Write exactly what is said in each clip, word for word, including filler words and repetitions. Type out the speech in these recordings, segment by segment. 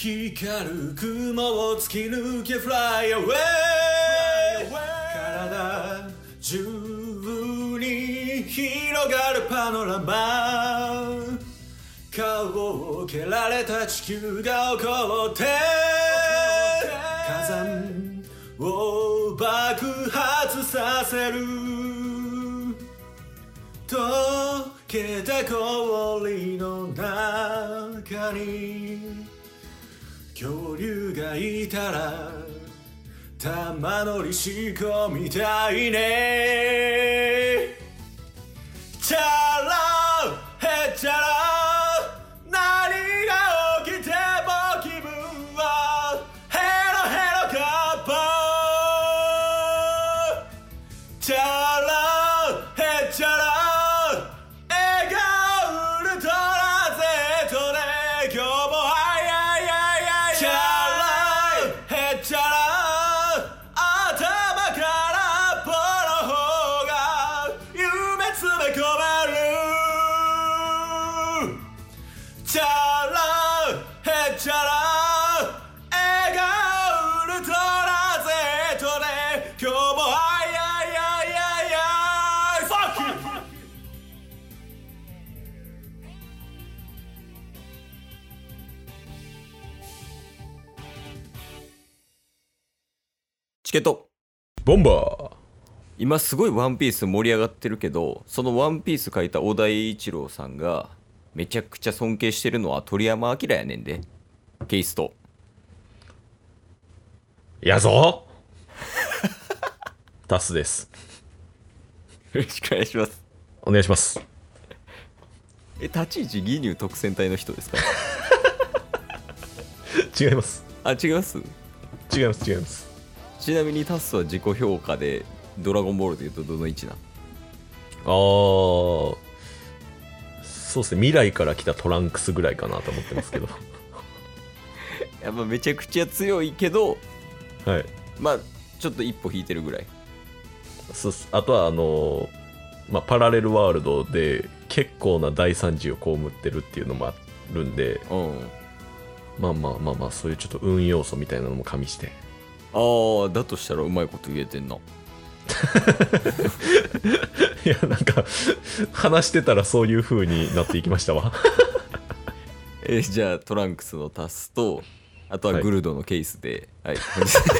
光る雲を突き抜け Fly away 体中に広がるパノラマ、顔を蹴られた地球が怒って火山を爆発させる、溶けた氷の中に恐竜がいたら玉乗りしこみたいね。チャラヘチャラ何が起きても気分はヘロヘロカッパ、チャラヘチャラ笑顔ウルトラ Z で今日もアイアイアイアイチャラヘチャラ頭からポの方が夢詰め込める、チャラヘチャラ笑顔ウルトラ Z で今日もアイアイアイアイアイファッキー。 チケットボンバー。 今すごいワンピース盛り上がってるけど、そのワンピース書いた小田栄一郎さんがめちゃくちゃ尊敬してるのは鳥山明やねんで、ケイストやぞタスです。 よろしくお願いします。 お願いします。 え、立ち位置義乳特選隊の人ですか？ 違います。 あ、違います。 違います違います。 ちなみにタスは自己評価でドラゴンボールでいうとどの位置な？ あー、そうですね、未来から来たトランクスぐらいかなと思ってますけど。 やっぱめちゃくちゃ強いけど、 はい、 まあちょっと一歩引いてるぐらい。 そうっす。あとはあのーまあ、パラレルワールドで結構な大惨事を被ってるっていうのもあるんで、 うん、 まあまあまあまあ、そういうちょっと運要素みたいなのも加味して。 ああ、だとしたらうまいこと言えてんな。 いや、なんか話してたらそういう風になっていきましたわ。 えー、じゃあトランクスのタスと、あとはグルドのケースで、はい、はい、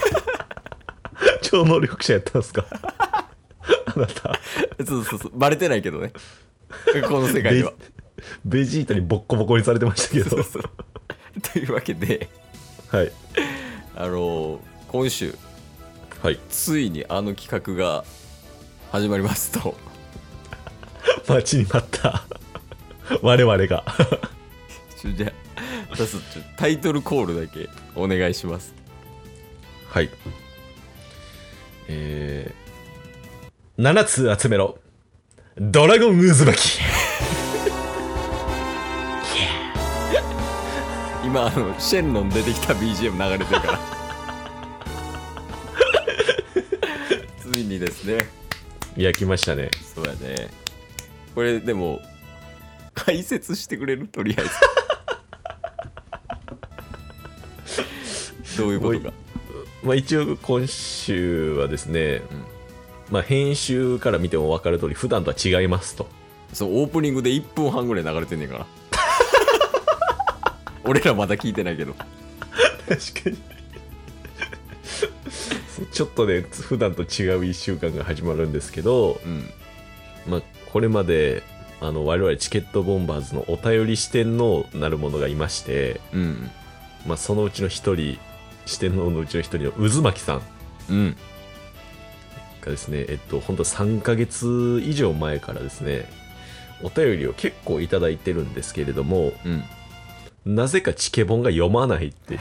超能力者やったんですか？あなた。 そうそうそう、バレてないけどね、この世界では。 ベ、ベジータにボッコボコにされてましたけど。 そうそうというわけで、 はい、 あのー、今週、 はい、 ついにあの企画が始まりますと。 待ちに待った我々が。 ちょじゃあタス、ちょタイトルコールだけお願いします。 はい、えー、ななつ集めろドラゴン渦巻き。 今あのシェンロン出てきた ビージーエム 流れてるから。ついにですね。 いや、来ましたね。 そうやね。これでも解説してくれる？とりあえずどういうことか。 まあ、一応今週はですね、うん、まあ、編集から見ても分かる通り普段とは違いますと。 そう、オープニングでいっぷんはんぐらい流れてんねんから。俺らまだ聞いてないけど。 確かに。ちょっとね、普段と違ういっしゅうかんが始まるんですけど、うん、まあ、これまであの我々チケットボンバーズのお便り四天王なるものがいまして、うん、まあ、そのうちの一人、四天王のうちの一人の渦巻さん、うん、がですね、えっと本当さんかげつ以上前からですね、お便りを結構いただいてるんですけれども、うん、なぜかチケボンが読まないっていう。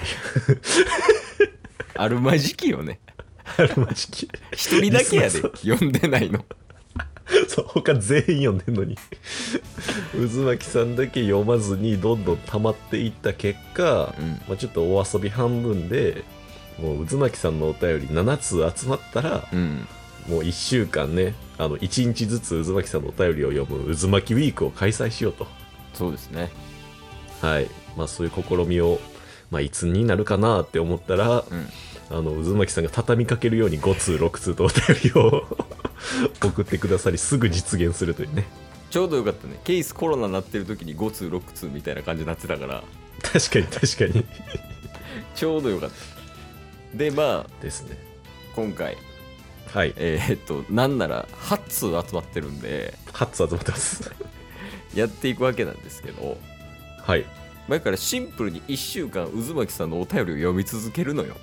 あるまじきよね。 あるまじき。 一人だけやで読んでないの。 そう、他全員読んでんのに。渦巻さんだけ読まずにどんどん溜まっていった結果、うん、まあ、ちょっとお遊び半分でもう渦巻さんのお便りななつ集まったら、うん、もういっしゅうかんね、あのいちにちずつ渦巻さんのお便りを読む渦巻ウィークを開催しようと。 そうですね。 はい、まあ、そういう試みをまあいつになるかなって思ったら、 うんあの渦巻さんが畳みかけるようにご通ろく通とお便りを送ってくださり、すぐ実現するというね。 ちょうどよかったね。ケースコロナになってる時にご通ろく通みたいな感じになってたから確かに確かにちょうどよかったで。まあですね。 今回はいえー、っとなんならはち通集まってるんではちつ集まってますやっていくわけなんですけど、 はい前からシンプルにいっしゅうかん渦巻さんのお便りを読み続けるのよ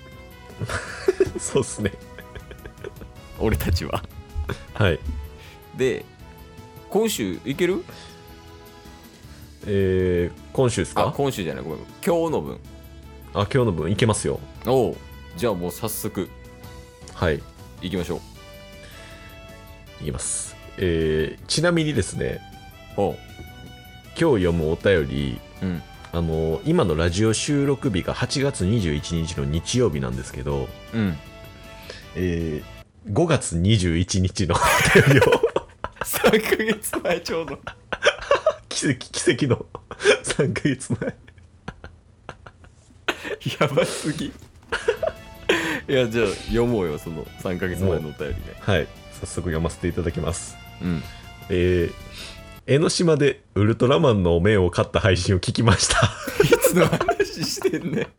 そうっすね。 俺たちは。 はい。 で今週いける？ えー、今週ですあか？ 今週じゃない、ごめん、今日の分。 あ、今日の分いけますよ。 おう、じゃあもう早速はい。 いきましょう。 いきます。えー、ちなみにですね、 おう、 今日読むお便り、 うんあの今のラジオ収録日がはちがつにじゅういちにちの日曜日なんですけど、 うんえー、ごがつにじゅういちにちのお便りをさんかげつまえちょうど奇跡奇跡のさんかげつまえやばすぎいやじゃあ読もうよ、そのさんかげつまえのお便りね。 はい、早速読ませていただきます。 うんえー、江ノ島でウルトラマンのお面を買った配信を聞きましたいつの話してんねん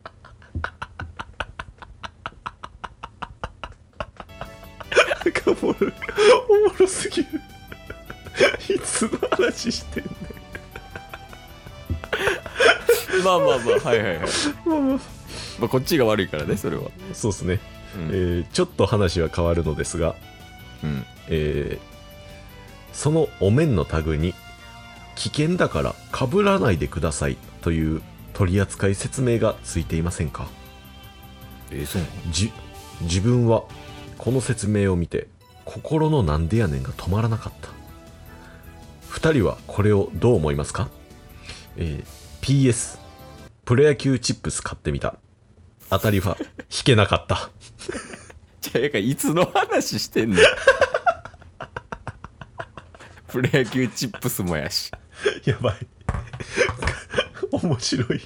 おもろいおもろすぎるいつの話してんねんまあまあまあ、はいはいはい。 まあまあまあこっちが悪いからね、それは。 そうですね、 うんえーちょっと話は変わるのですが、 うんえーそのお面のタグに危険だから被らないでくださいという取扱説明がついていませんか？ えー、そうなの？ じ自分はこの説明を見て心のなんでやねんが止まらなかった。二人はこれをどう思いますか？えー ピーエス プロ野球チップス買ってみた。当たりは引けなかったじゃあやかいつの話してんねんプロ野球チップスもやし。 やばい面白い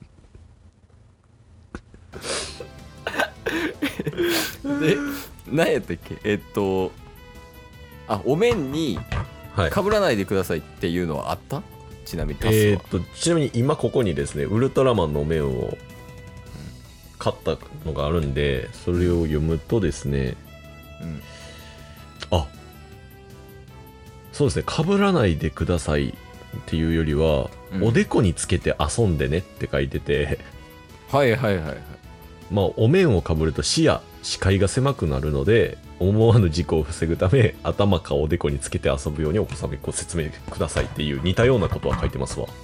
で何やったっけ、えっとあお面にはい被らないでくださいっていうのはあった？ちなみにタスは、 えー、っとちなみに今ここにですねウルトラマンのお面を買ったのがあるんで、それを読むとですね、 うんあそうですね、被らないでくださいっていうよりは、 うんおでこにつけて遊んでねって書いてて、 はいはいはいはい。 まあお面をかぶると視野視界が狭くなるので思わぬ事故を防ぐため頭かおでこにつけて遊ぶようにお子様にご説明くださいっていう似たようなことは書いてますわ。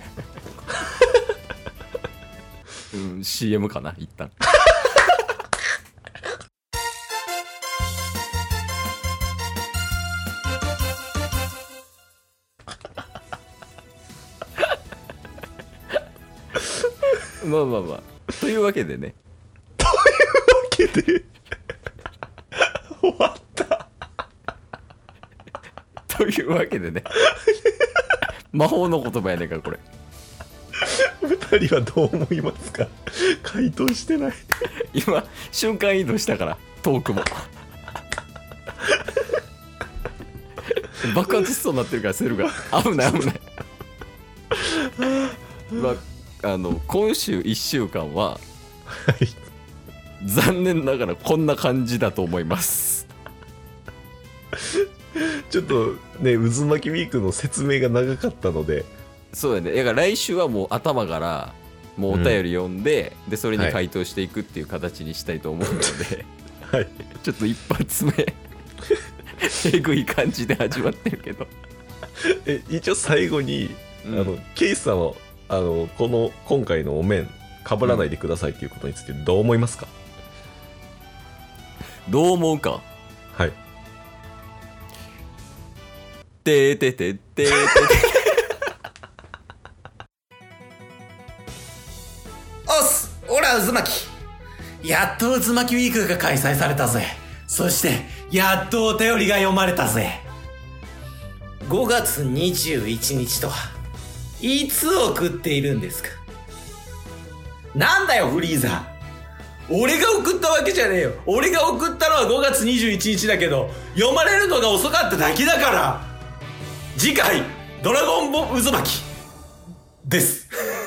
うん、シーエム かな一旦まあまあまあというわけでねというわけで終わったというわけでね魔法の言葉やねんからこれ。 ふたりはどう思いますか？回答してない今瞬間移動したからトークも爆発しそうになってるからセルが危ない危ないまああの今週いっしゅうかんははい残念ながらこんな感じだと思いますちょっとね渦巻きウィークの説明が長かったので、 そうやね。だから来週はもう頭からもうお便り読んで、うん、でそれに回答していくっていう形にしたいと思うので、 はい、 ちょっと一発目えぐい感じで始まってるけどえ一応最後に、 うん、 あのケイスさんはあのこの今回のお面かぶらないでくださいっていうことについてどう思いますか？ どう思うか。 はいてーてててーてておっす、オラ渦巻き。やっと渦巻きウィークが開催されたぜ。そしてやっとお便りが読まれたぜ。ごがつにじゅういちにちとはいつ送っているんですか？ なんだよフリーザ、俺が送ったわけじゃねえよ。俺が送ったのはごがつにじゅういちにちだけど、読まれるのが遅かっただけだから。次回ドラゴンボ渦巻きです